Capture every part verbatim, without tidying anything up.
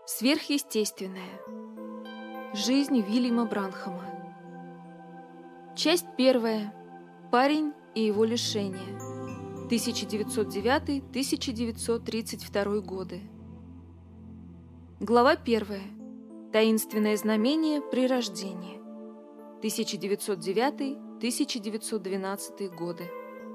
Сверхъестественное. Жизнь Вильяма Бранхама. Часть первая. Парень и его лишения. тысяча девятьсот девятый — тысяча девятьсот тридцать второй годы. Глава первая. Таинственное знамение при рождении. тысяча девятьсот девятый — тысяча девятьсот двенадцатый годы.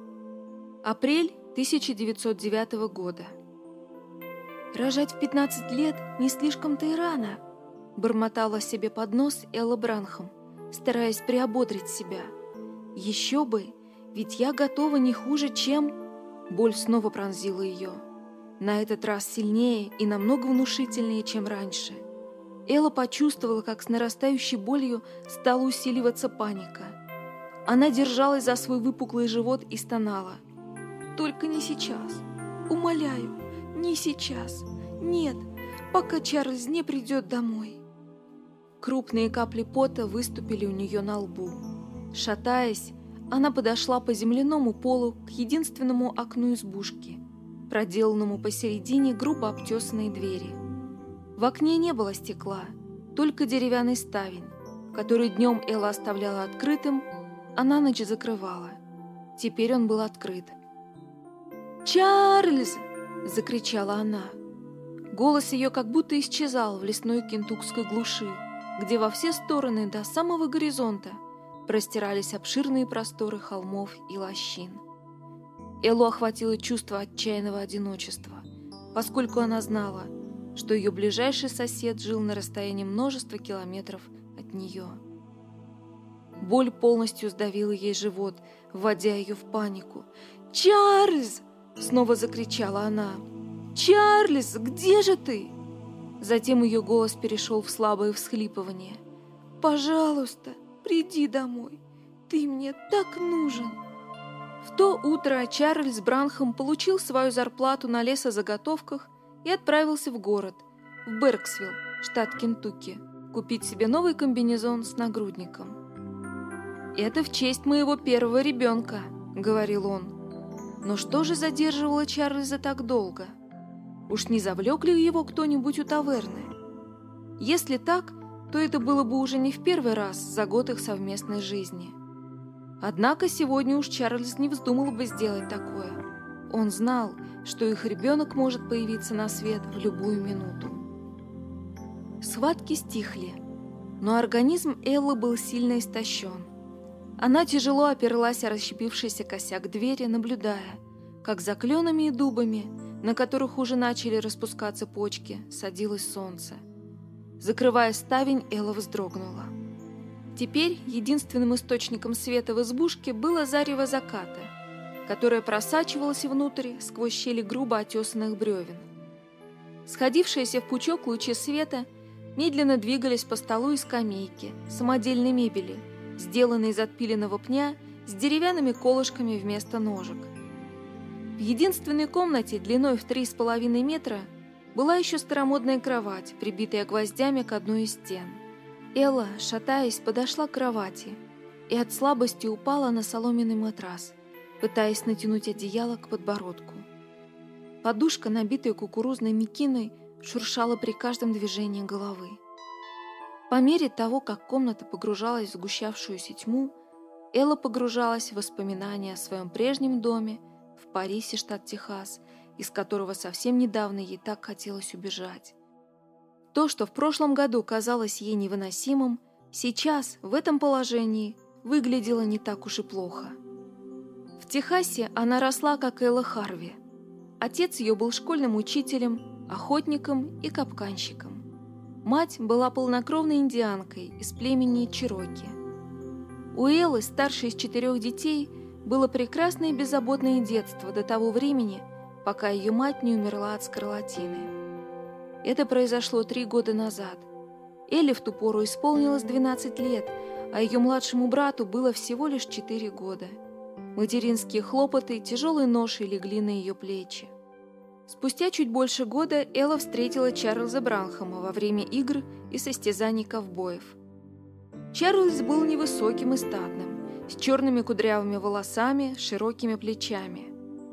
Апрель тысяча девятьсот девятого года. «Рожать в пятнадцать лет не слишком-то и рано», — бормотала себе под нос Элла Бранхам, стараясь приободрить себя. «Еще бы, ведь я готова не хуже, чем...» Боль снова пронзила ее. На этот раз сильнее и намного внушительнее, чем раньше. Элла почувствовала, как с нарастающей болью стала усиливаться паника. Она держалась за свой выпуклый живот и стонала. «Только не сейчас. Умоляю, не сейчас. Нет, пока Чарльз не придет домой». Крупные капли пота выступили у нее на лбу. Шатаясь, она подошла по земляному полу к единственному окну избушки, проделанному посередине грубо обтесанной двери. В окне не было стекла, только деревянный ставень, который днем Элла оставляла открытым, а на ночь закрывала. Теперь он был открыт. «Чарльз!» — закричала она. Голос ее как будто исчезал в лесной кентукской глуши, где во все стороны до самого горизонта простирались обширные просторы холмов и лощин. Эллу охватило чувство отчаянного одиночества, поскольку она знала, что ее ближайший сосед жил на расстоянии множества километров от нее. Боль полностью сдавила ей живот, вводя ее в панику. «Чарльз!» — снова закричала она. «Чарльз, где же ты?» Затем ее голос перешел в слабое всхлипывание. «Пожалуйста, приди домой. Ты мне так нужен». В то утро Чарльз Бранхам получил свою зарплату на лесозаготовках и отправился в город, в Берксвилл, штат Кентукки, купить себе новый комбинезон с нагрудником. «Это в честь моего первого ребенка», — говорил он. Но что же задерживало Чарльза так долго? Уж не завлек ли его кто-нибудь у таверны? Если так, то это было бы уже не в первый раз за год их совместной жизни. Однако сегодня уж Чарльз не вздумал бы сделать такое. Он знал, что их ребенок может появиться на свет в любую минуту. Схватки стихли, но организм Эллы был сильно истощен. Она тяжело оперлась о расщепившийся косяк двери, наблюдая, как за кленами и дубами, на которых уже начали распускаться почки, садилось солнце. Закрывая ставень, Элла вздрогнула. Теперь единственным источником света в избушке было зарево заката, которое просачивалось внутрь сквозь щели грубо отесанных бревен. Сходившиеся в пучок лучи света медленно двигались по столу и скамейке самодельной мебели, сделанной из отпиленного пня с деревянными колышками вместо ножек. В единственной комнате длиной в три с половиной метра была еще старомодная кровать, прибитая гвоздями к одной из стен. Элла, шатаясь, подошла к кровати и от слабости упала на соломенный матрас, пытаясь натянуть одеяло к подбородку. Подушка, набитая кукурузной мекиной, шуршала при каждом движении головы. По мере того, как комната погружалась в сгущавшуюся тьму, Элла погружалась в воспоминания о своем прежнем доме в Парисе, штат Техас, из которого совсем недавно ей так хотелось убежать. То, что в прошлом году казалось ей невыносимым, сейчас, в этом положении, выглядело не так уж и плохо. В Техасе она росла, как Элла Харви. Отец ее был школьным учителем, охотником и капканщиком. Мать была полнокровной индианкой из племени Чероки. У Эллы, старшей из четырех детей, было прекрасное и беззаботное детство до того времени, пока ее мать не умерла от скарлатины. Это произошло три года назад. Элле в ту пору исполнилось двенадцать лет, а ее младшему брату было всего лишь четыре года. Материнские хлопоты тяжелой ношей легли на ее плечи. Спустя чуть больше года Элла встретила Чарльза Бранхама во время игр и состязаний ковбоев. Чарльз был невысоким и статным, с черными кудрявыми волосами, широкими плечами.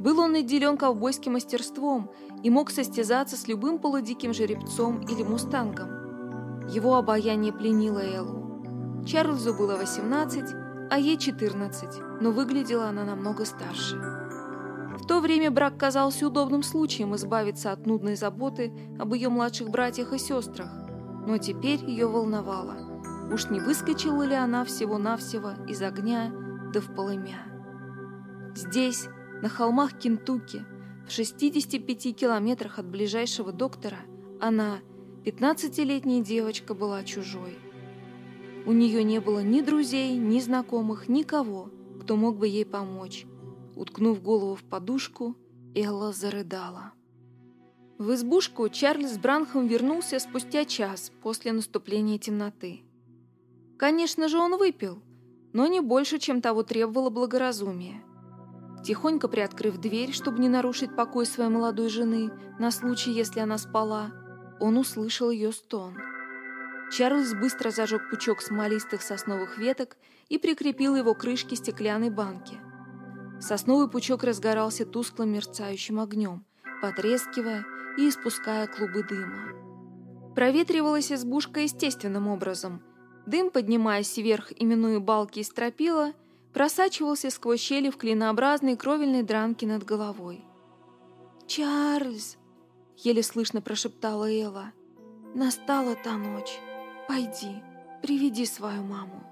Был он наделен ковбойским мастерством и мог состязаться с любым полудиким жеребцом или мустангом. Его обаяние пленило Эллу. Чарльзу было восемнадцать, а ей четырнадцать, но выглядела она намного старше. В то время брак казался удобным случаем избавиться от нудной заботы об ее младших братьях и сестрах, но теперь ее волновало, уж не выскочила ли она всего-навсего из огня да в полымя. Здесь, на холмах Кентукки, в шестидесяти пяти километрах от ближайшего доктора, она, пятнадцатилетняя девочка, была чужой. У нее не было ни друзей, ни знакомых, никого, кто мог бы ей помочь. Уткнув голову в подушку, Элла зарыдала. В избушку Чарльз Бранхам вернулся спустя час после наступления темноты. Конечно же, он выпил, но не больше, чем того требовало благоразумие. Тихонько приоткрыв дверь, чтобы не нарушить покой своей молодой жены, на случай, если она спала, он услышал ее стон. Чарльз быстро зажег пучок смолистых сосновых веток и прикрепил его к крышке стеклянной банки. Сосновый пучок разгорался тусклым мерцающим огнем, потрескивая и испуская клубы дыма. Проветривалась избушка естественным образом. Дым, поднимаясь вверх, именуя балки и стропила, просачивался сквозь щели в клинообразной кровельной дранке над головой. «Чарльз!» — еле слышно прошептала Элла. «Настала та ночь. Пойди, приведи свою маму».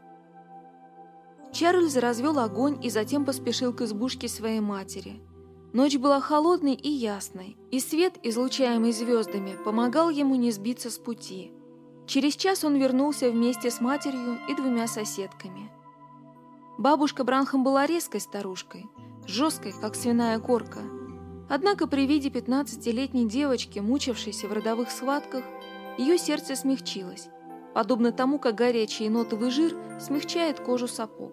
Чарльз развел огонь и затем поспешил к избушке своей матери. Ночь была холодной и ясной, и свет, излучаемый звездами, помогал ему не сбиться с пути. Через час он вернулся вместе с матерью и двумя соседками. Бабушка Бранхам была резкой старушкой, жесткой, как свиная корка. Однако при виде пятнадцатилетней девочки, мучившейся в родовых схватках, ее сердце смягчилось, подобно тому, как горячий нотовый жир смягчает кожу сапог.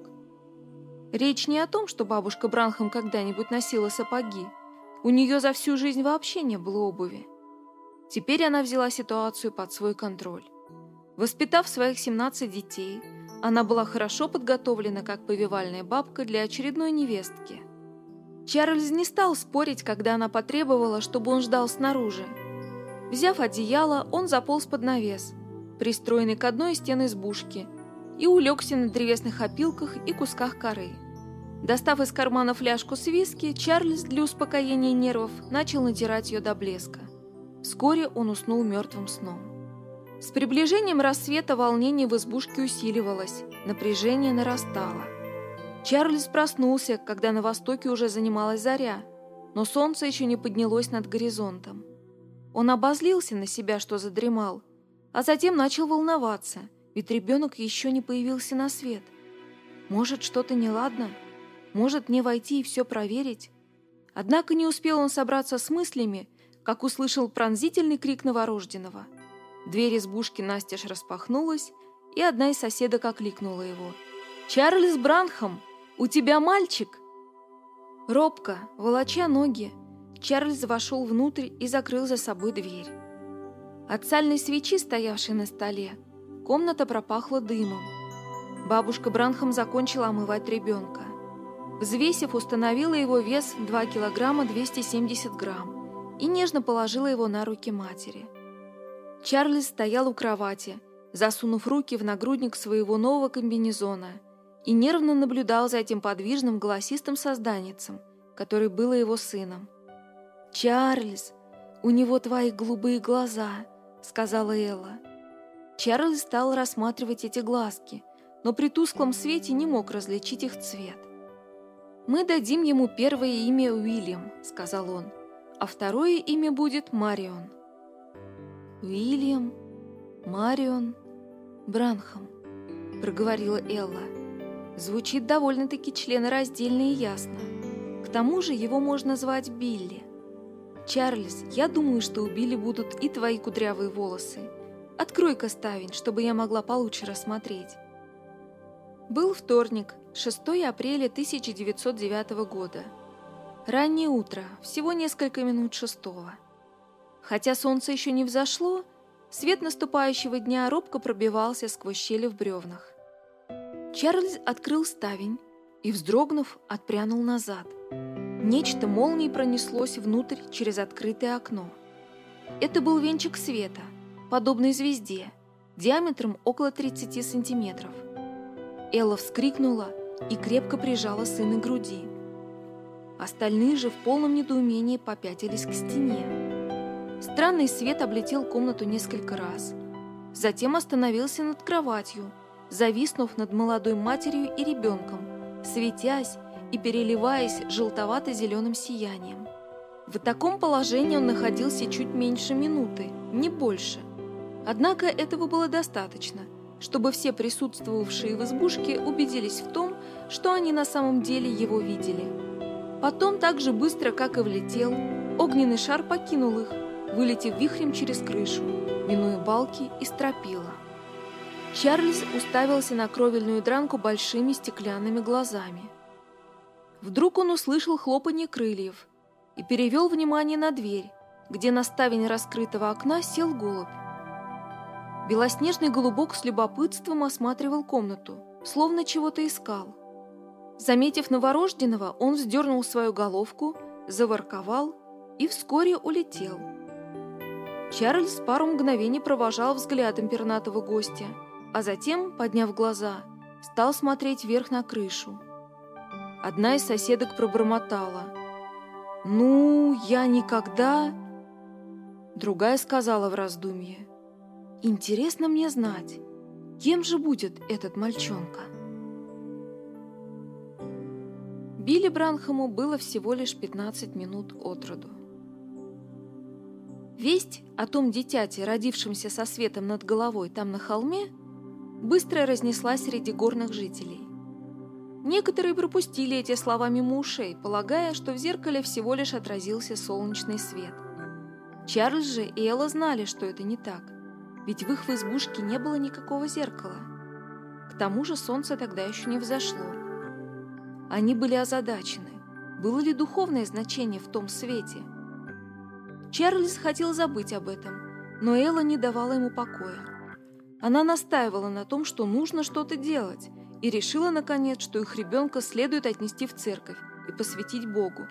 Речь не о том, что бабушка Бранхам когда-нибудь носила сапоги. У нее за всю жизнь вообще не было обуви. Теперь она взяла ситуацию под свой контроль. Воспитав своих семнадцать детей, она была хорошо подготовлена как повивальная бабка для очередной невестки. Чарльз не стал спорить, когда она потребовала, чтобы он ждал снаружи. Взяв одеяло, он заполз под навес, пристроенный к одной из стен избушки, и улегся на древесных опилках и кусках коры. Достав из кармана фляжку с виски, Чарльз для успокоения нервов начал натирать ее до блеска. Вскоре он уснул мертвым сном. С приближением рассвета волнение в избушке усиливалось, напряжение нарастало. Чарльз проснулся, когда на востоке уже занималась заря, но солнце еще не поднялось над горизонтом. Он обозлился на себя, что задремал, а затем начал волноваться, ведь ребенок еще не появился на свет. Может, что-то неладно? Может, мне войти и все проверить? Однако не успел он собраться с мыслями, как услышал пронзительный крик новорожденного. Дверь избушки настежь распахнулась, и одна из соседок окликнула его. «Чарльз Бранхам, у тебя мальчик!» Робко, волоча ноги, Чарльз вошел внутрь и закрыл за собой дверь. От сальной свечи, стоявшей на столе, комната пропахла дымом. Бабушка Бранхам закончила омывать ребенка. Взвесив, установила его вес два килограмма двести семьдесят грамм и нежно положила его на руки матери. Чарльз стоял у кровати, засунув руки в нагрудник своего нового комбинезона, и нервно наблюдал за этим подвижным голосистым созданием, который было его сыном. «Чарльз, у него твои голубые глаза», — сказала Элла. Чарльз стал рассматривать эти глазки, но при тусклом свете не мог различить их цвет. «Мы дадим ему первое имя Уильям», — сказал он, «а второе имя будет Марион». «Уильям, Марион, Бранхам», — проговорила Элла. «Звучит довольно-таки членораздельно и ясно. К тому же его можно звать Билли. Чарльз, я думаю, что у Билли будут и твои кудрявые волосы. Открой-ка ставень, чтобы я могла получше рассмотреть». Был вторник, шестое апреля тысяча девятьсот девятого года. Раннее утро, всего несколько минут шестого. Хотя солнце еще не взошло, свет наступающего дня робко пробивался сквозь щели в бревнах. Чарльз открыл ставень и, вздрогнув, отпрянул назад. нечто молнией пронеслось внутрь через открытое окно. Это был венчик света, подобный звезде, диаметром около тридцати сантиметров. Элла вскрикнула и крепко прижала сына к груди. Остальные же в полном недоумении попятились к стене. Странный свет облетел комнату несколько раз. Затем остановился над кроватью, зависнув над молодой матерью и ребенком, светясь и переливаясь желтовато-зеленым сиянием. В таком положении он находился чуть меньше минуты, не больше. Однако этого было достаточно, чтобы все присутствовавшие в избушке убедились в том, что они на самом деле его видели. Потом, так же быстро, как и влетел, огненный шар покинул их, вылетев вихрем через крышу, минуя балки и стропила. Чарльз уставился на кровельную дранку большими стеклянными глазами. Вдруг он услышал хлопанье крыльев и перевел внимание на дверь, где на ставень раскрытого окна сел голубь. Белоснежный голубок с любопытством осматривал комнату, словно чего-то искал. Заметив новорожденного, он вздернул свою головку, заворковал и вскоре улетел. Чарльз пару мгновений провожал взглядом пернатого гостя, а затем, подняв глаза, стал смотреть вверх на крышу. Одна из соседок пробормотала: «Ну, я никогда...» Другая сказала в раздумье: «Интересно мне знать, кем же будет этот мальчонка?» Билли Бранхаму было всего лишь пятнадцать минут от роду. Весть о том дитяте, родившемся со светом над головой там на холме, быстро разнеслась среди горных жителей. Некоторые пропустили эти слова мимо ушей, полагая, что в зеркале всего лишь отразился солнечный свет. Чарльз же и Элла знали, что это не так, ведь в их избушке не было никакого зеркала. К тому же солнце тогда еще не взошло. Они были озадачены. Было ли духовное значение в том свете? Чарльз хотел забыть об этом, но Элла не давала ему покоя. Она настаивала на том, что нужно что-то делать, и решила, наконец, что их ребенка следует отнести в церковь и посвятить Богу.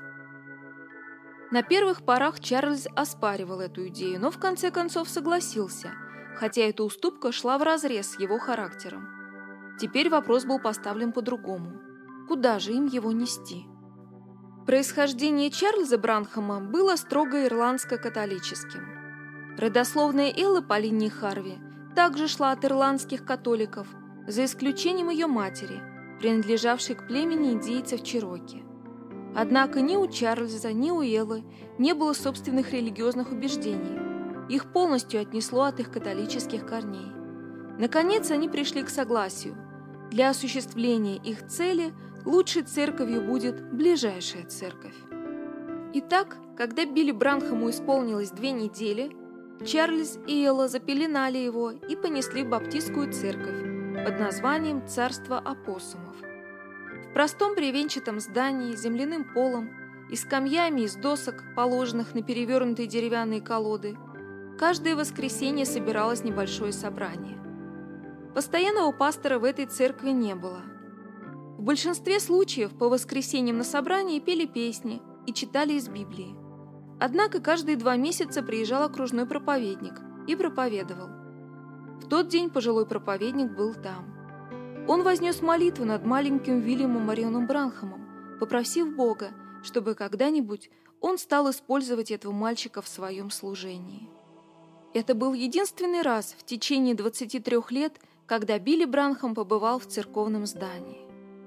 На первых порах Чарльз оспаривал эту идею, но в конце концов согласился, хотя эта уступка шла вразрез с его характером. Теперь вопрос был поставлен по-другому. Куда же им его нести? Происхождение Чарльза Бранхама было строго ирландско-католическим. Родословная Эллы по линии Харви также шла от ирландских католиков, за исключением ее матери, принадлежавшей к племени индейцев Чероки. Однако ни у Чарльза, ни у Эллы не было собственных религиозных убеждений. Их полностью отнесло от их католических корней. Наконец они пришли к согласию. Для осуществления их цели лучшей церковью будет ближайшая церковь. Итак, когда Билли Бранхаму исполнилось две недели, Чарльз и Элла запеленали его и понесли в баптистскую церковь под названием «Царство опоссумов». В простом бревенчатом здании с земляным полом и скамьями из досок, положенных на перевернутые деревянные колоды, каждое воскресенье собиралось небольшое собрание. Постоянного пастора в этой церкви не было. В большинстве случаев по воскресеньям на собрании пели песни и читали из Библии. Однако каждые два месяца приезжал окружной проповедник и проповедовал. В тот день пожилой проповедник был там. Он вознес молитву над маленьким Уильямом Марионом Бранхамом, попросив Бога, чтобы когда-нибудь он стал использовать этого мальчика в своем служении. Это был единственный раз в течение двадцати трёх лет, когда Билли Бранхам побывал в церковном здании.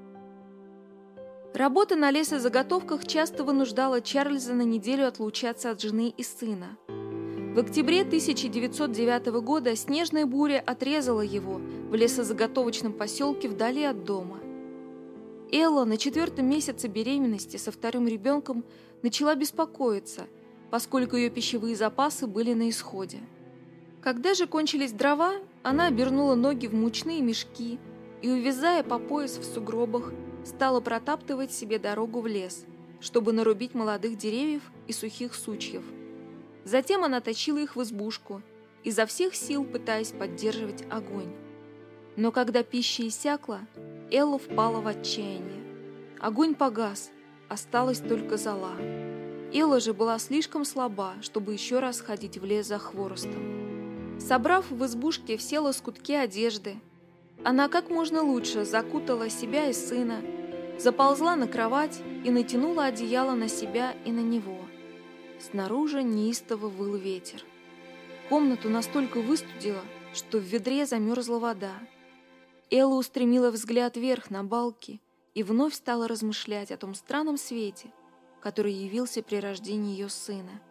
Работа на лесозаготовках часто вынуждала Чарльза на неделю отлучаться от жены и сына. В октябре тысяча девятьсот девятого года снежная буря отрезала его в лесозаготовочном поселке вдали от дома. Элла на четвертом месяце беременности со вторым ребенком начала беспокоиться, поскольку ее пищевые запасы были на исходе. Когда же кончились дрова, она обернула ноги в мучные мешки и, увязая по пояс в сугробах, стала протаптывать себе дорогу в лес, чтобы нарубить молодых деревьев и сухих сучьев. Затем она тащила их в избушку, изо всех сил пытаясь поддерживать огонь. Но когда пища иссякла, Элла впала в отчаяние. Огонь погас, осталась только зола. Элла же была слишком слаба, чтобы еще раз ходить в лес за хворостом. Собрав в избушке все лоскутки одежды, она как можно лучше закутала себя и сына, заползла на кровать и натянула одеяло на себя и на него. Снаружи неистово выл ветер. Комнату настолько выстудило, что в ведре замерзла вода. Элла устремила взгляд вверх на балки и вновь стала размышлять о том странном свете, который явился при рождении ее сына.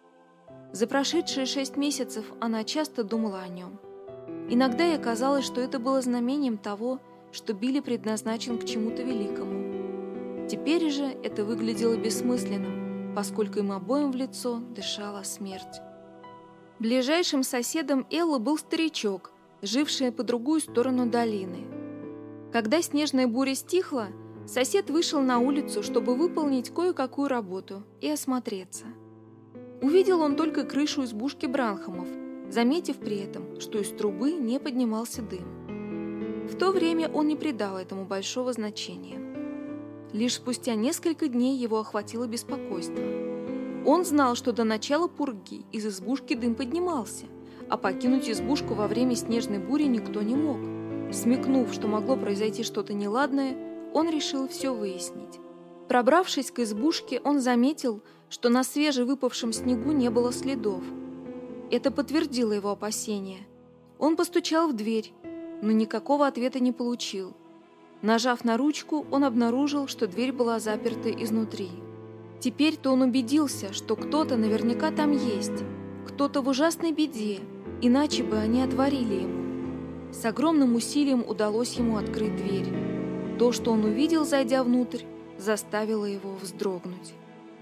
За прошедшие шесть месяцев она часто думала о нем. Иногда ей казалось, что это было знамением того, что Билли предназначен к чему-то великому. Теперь же это выглядело бессмысленным, поскольку им обоим в лицо дышала смерть. Ближайшим соседом Эллы был старичок, живший по другую сторону долины. Когда снежная буря стихла, сосед вышел на улицу, чтобы выполнить кое-какую работу и осмотреться. Увидел он только крышу избушки Бранхамов, заметив при этом, что из трубы не поднимался дым. В то время он не придал этому большого значения. Лишь спустя несколько дней его охватило беспокойство. Он знал, что до начала пурги из избушки дым поднимался, а покинуть избушку во время снежной бури никто не мог. Смекнув, что могло произойти что-то неладное, он решил все выяснить. Пробравшись к избушке, он заметил, что на свежевыпавшем снегу не было следов. Это подтвердило его опасения. Он постучал в дверь, но никакого ответа не получил. Нажав на ручку, он обнаружил, что дверь была заперта изнутри. Теперь-то он убедился, что кто-то наверняка там есть, кто-то в ужасной беде, иначе бы они отворили ему. С огромным усилием удалось ему открыть дверь. То, что он увидел, зайдя внутрь, заставило его вздрогнуть.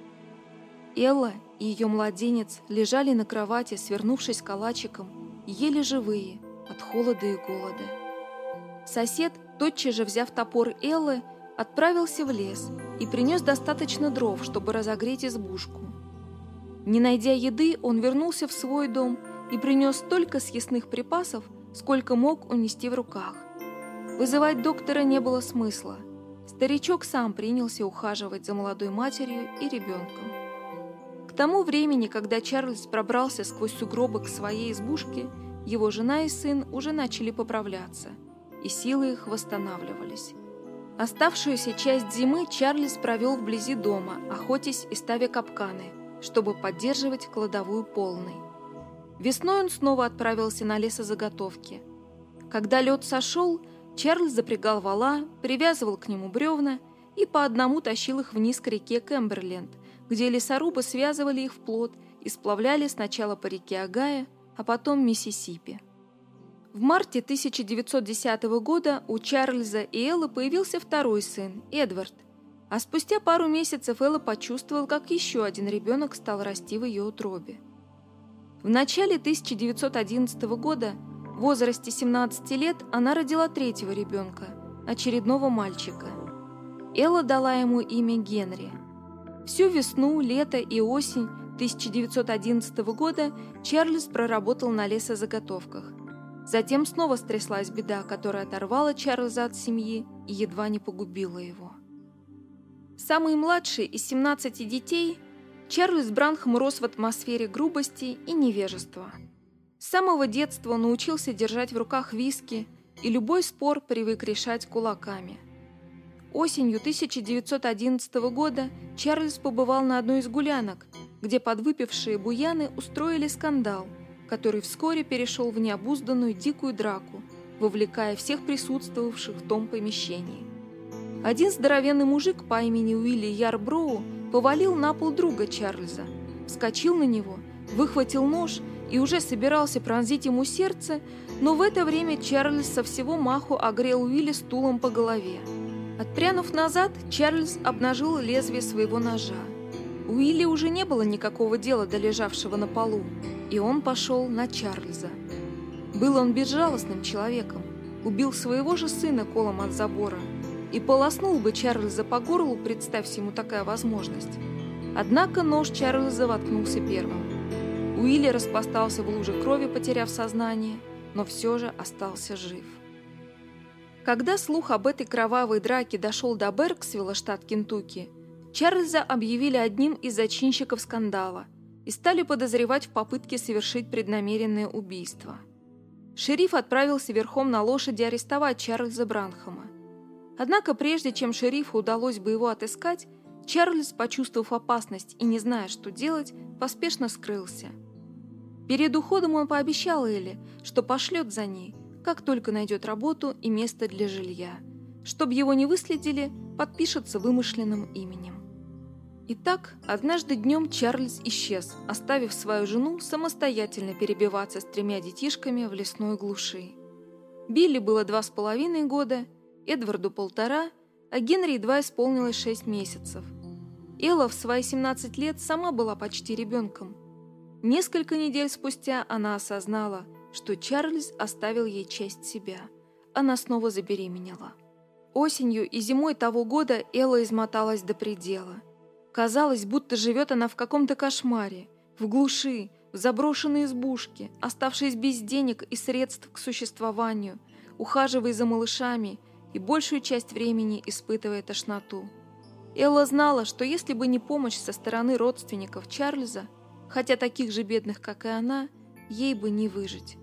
Элла и ее младенец лежали на кровати, свернувшись калачиком, еле живые от холода и голода. Сосед, тотчас же взяв топор Эллы, отправился в лес и принес достаточно дров, чтобы разогреть избушку. Не найдя еды, он вернулся в свой дом и принес столько съестных припасов, сколько мог унести в руках. Вызывать доктора не было смысла. Старичок сам принялся ухаживать за молодой матерью и ребенком. К тому времени, когда Чарльз пробрался сквозь сугробы к своей избушке, его жена и сын уже начали поправляться, и силы их восстанавливались. Оставшуюся часть зимы Чарльз провел вблизи дома, охотясь и ставя капканы, чтобы поддерживать кладовую полной. Весной он снова отправился на лесозаготовки. Когда лед сошел, Чарльз запрягал вола, привязывал к нему бревна и по одному тащил их вниз к реке Кэмберленд, где лесорубы связывали их в плот и сплавляли сначала по реке Огайо, а потом Миссисипи. В марте тысяча девятьсот десятого года у Чарльза и Эллы появился второй сын, Эдвард, а спустя пару месяцев Элла почувствовала, как еще один ребенок стал расти в ее утробе. В начале тысяча девятьсот одиннадцатого года, в возрасте семнадцати лет, она родила третьего ребенка, очередного мальчика. Элла дала ему имя Генри. Всю весну, лето и осень тысяча девятьсот одиннадцатого года Чарльз проработал на лесозаготовках. Затем снова стряслась беда, которая оторвала Чарльза от семьи и едва не погубила его. Самый младший из семнадцати детей, Чарльз Бранхам рос в атмосфере грубости и невежества. С самого детства он научился держать в руках виски и любой спор привык решать кулаками. Осенью тысяча девятьсот одиннадцатого года Чарльз побывал на одной из гулянок, где подвыпившие буяны устроили скандал, который вскоре перешел в необузданную дикую драку, вовлекая всех присутствовавших в том помещении. Один здоровенный мужик по имени Уилли Ярброу повалил на пол друга Чарльза, вскочил на него, выхватил нож и уже собирался пронзить ему сердце, но в это время Чарльз со всего маху огрел Уилли стулом по голове. Отпрянув назад, Чарльз обнажил лезвие своего ножа. У Уилли уже не было никакого дела до лежавшего на полу, и он пошел на Чарльза. Был он безжалостным человеком, убил своего же сына колом от забора и полоснул бы Чарльза по горлу, представься ему такая возможность. Однако нож Чарльза воткнулся первым. Уилли распластался в луже крови, потеряв сознание, но все же остался жив. Когда слух об этой кровавой драке дошел до Берксвилла, штат Кентукки, Чарльза объявили одним из зачинщиков скандала и стали подозревать в попытке совершить преднамеренное убийство. Шериф отправился верхом на лошади арестовать Чарльза Бранхама. Однако прежде чем шерифу удалось бы его отыскать, Чарльз, почувствовав опасность и не зная, что делать, поспешно скрылся. Перед уходом он пообещал Элли, что пошлет за ней, как только найдет работу и место для жилья. Чтоб его не выследили, подпишется вымышленным именем. Итак, однажды днем Чарльз исчез, оставив свою жену самостоятельно перебиваться с тремя детишками в лесной глуши. Билли было два с половиной года, Эдварду полтора, а Генри едва исполнилось шесть месяцев. Элла в свои семнадцать лет сама была почти ребенком. Несколько недель спустя она осознала, что Чарльз оставил ей часть себя. Она снова забеременела. Осенью и зимой того года Элла измоталась до предела. Казалось, будто живет она в каком-то кошмаре, в глуши, в заброшенной избушке, оставшись без денег и средств к существованию, ухаживая за малышами и большую часть времени испытывая тошноту. Элла знала, что если бы не помощь со стороны родственников Чарльза, хотя таких же бедных, как и она, ей бы не выжить.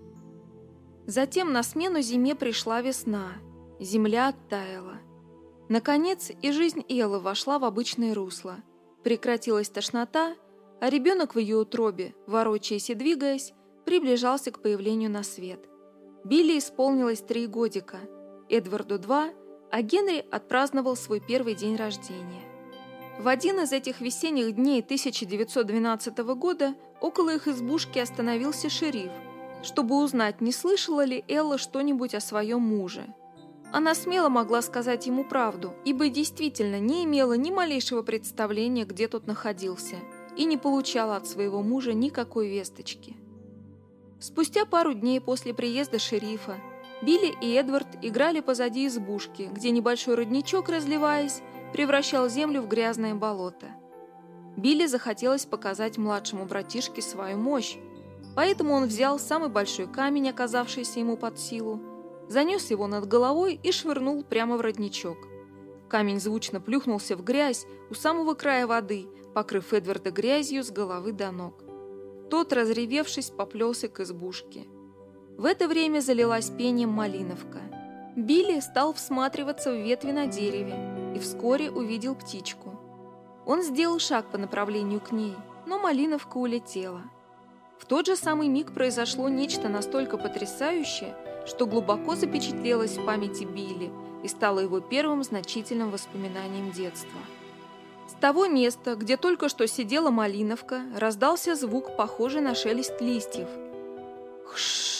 Затем на смену зиме пришла весна, земля оттаяла. Наконец и жизнь Эллы вошла в обычное русло. Прекратилась тошнота, а ребенок в ее утробе, ворочаясь и двигаясь, приближался к появлению на свет. Билли исполнилось три годика, Эдварду два, а Генри отпраздновал свой первый день рождения. В один из этих весенних дней тысяча девятьсот двенадцатого года около их избушки остановился шериф, чтобы узнать, не слышала ли Элла что-нибудь о своем муже. Она смело могла сказать ему правду, ибо действительно не имела ни малейшего представления, где тот находился, и не получала от своего мужа никакой весточки. Спустя пару дней после приезда шерифа Билли и Эдвард играли позади избушки, где небольшой родничок, разливаясь, превращал землю в грязное болото. Билли захотелось показать младшему братишке свою мощь, поэтому он взял самый большой камень, оказавшийся ему под силу, занес его над головой и швырнул прямо в родничок. Камень звучно плюхнулся в грязь у самого края воды, покрыв Эдварда грязью с головы до ног. Тот, разревевшись, поплелся к избушке. В это время залилась пением малиновка. Билли стал всматриваться в ветви на дереве и вскоре увидел птичку. Он сделал шаг по направлению к ней, но малиновка улетела. В тот же самый миг произошло нечто настолько потрясающее, что глубоко запечатлелось в памяти Билли и стало его первым значительным воспоминанием детства. С того места, где только что сидела малиновка, раздался звук, похожий на шелест листьев. Хш!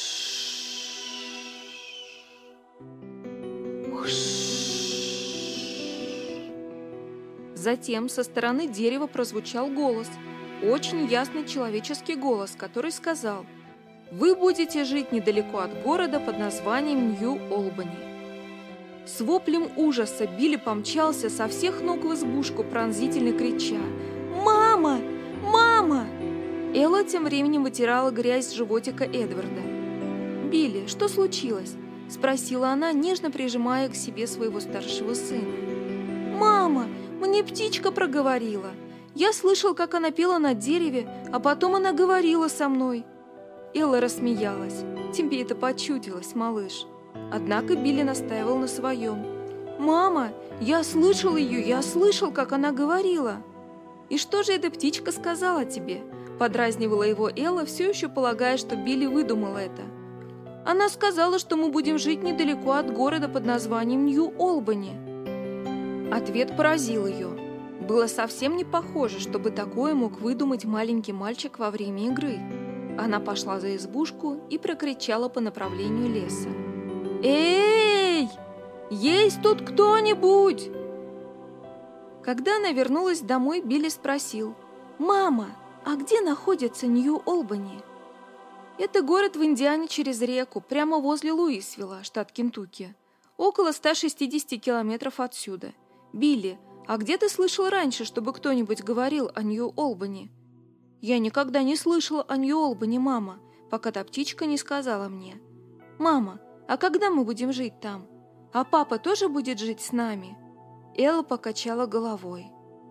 Затем со стороны дерева прозвучал голос, очень ясный человеческий голос, который сказал: «Вы будете жить недалеко от города под названием Нью-Олбани». С воплем ужаса Билли помчался со всех ног в избушку, пронзительно крича: «Мама! Мама!» Элла тем временем вытирала грязь с животика Эдварда. «Билли, что случилось?» – спросила она, нежно прижимая к себе своего старшего сына. «Мама, мне птичка проговорила. Я слышал, как она пела на дереве, а потом она говорила со мной». Элла рассмеялась. «Тебе это почудилось, малыш». Однако Билли настаивал на своем. «Мама, я слышал ее, я слышал, как она говорила». «И что же эта птичка сказала тебе?» Подразнивала его Элла, все еще полагая, что Билли выдумал это. «Она сказала, что мы будем жить недалеко от города под названием Нью-Олбани». Ответ поразил ее. Было совсем не похоже, чтобы такое мог выдумать маленький мальчик во время игры. Она пошла за избушку и прокричала по направлению леса: «Эй! Есть тут кто-нибудь?» Когда она вернулась домой, Билли спросил: «Мама, а где находится Нью-Олбани?» Это город в Индиане через реку, прямо возле Луисвилла, штат Кентукки. Около ста шестидесяти километров отсюда. «Билли, а где ты слышал раньше, чтобы кто-нибудь говорил о Нью-Олбани?» «Я никогда не слышала о Нью-Олбани, мама, пока та птичка не сказала мне». «Мама, а когда мы будем жить там? А папа тоже будет жить с нами?» Элла покачала головой.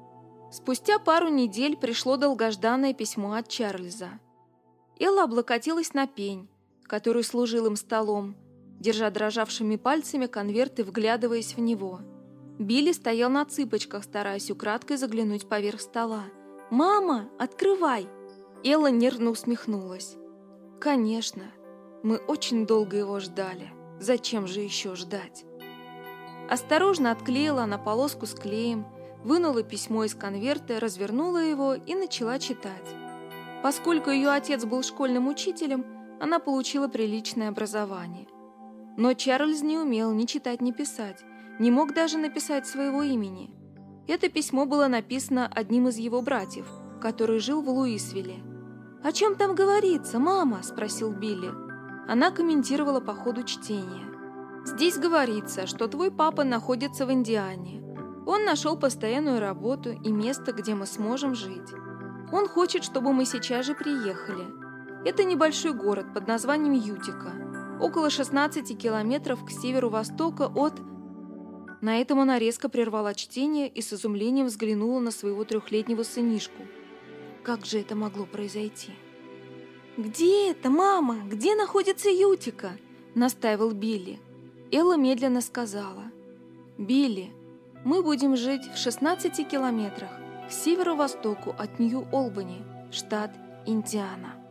Спустя пару недель пришло долгожданное письмо от Чарльза. Элла облокотилась на пень, который служил им столом, держа дрожавшими пальцами конверт и вглядываясь в него. Билли стоял на цыпочках, стараясь украдкой заглянуть поверх стола. «Мама, открывай!» Элла нервно усмехнулась. «Конечно, мы очень долго его ждали. Зачем же еще ждать?» Осторожно отклеила она полоску с клеем, вынула письмо из конверта, развернула его и начала читать. Поскольку ее отец был школьным учителем, она получила приличное образование. Но Чарльз не умел ни читать, ни писать, не мог даже написать своего имени. Это письмо было написано одним из его братьев, который жил в Луисвилле. «О чем там говорится, мама?» – спросил Билли. Она комментировала по ходу чтения. «Здесь говорится, что твой папа находится в Индиане. Он нашел постоянную работу и место, где мы сможем жить. Он хочет, чтобы мы сейчас же приехали. Это небольшой город под названием Ютика, около шестнадцати километров к северу-востока от...» На этом она резко прервала чтение и с изумлением взглянула на своего трехлетнего сынишку. Как же это могло произойти? «Где это, мама? Где находится Ютика?» – настаивал Билли. Элла медленно сказала. «Билли, мы будем жить в шестнадцати километрах к северо-востоку от Нью-Олбани, штат Индиана».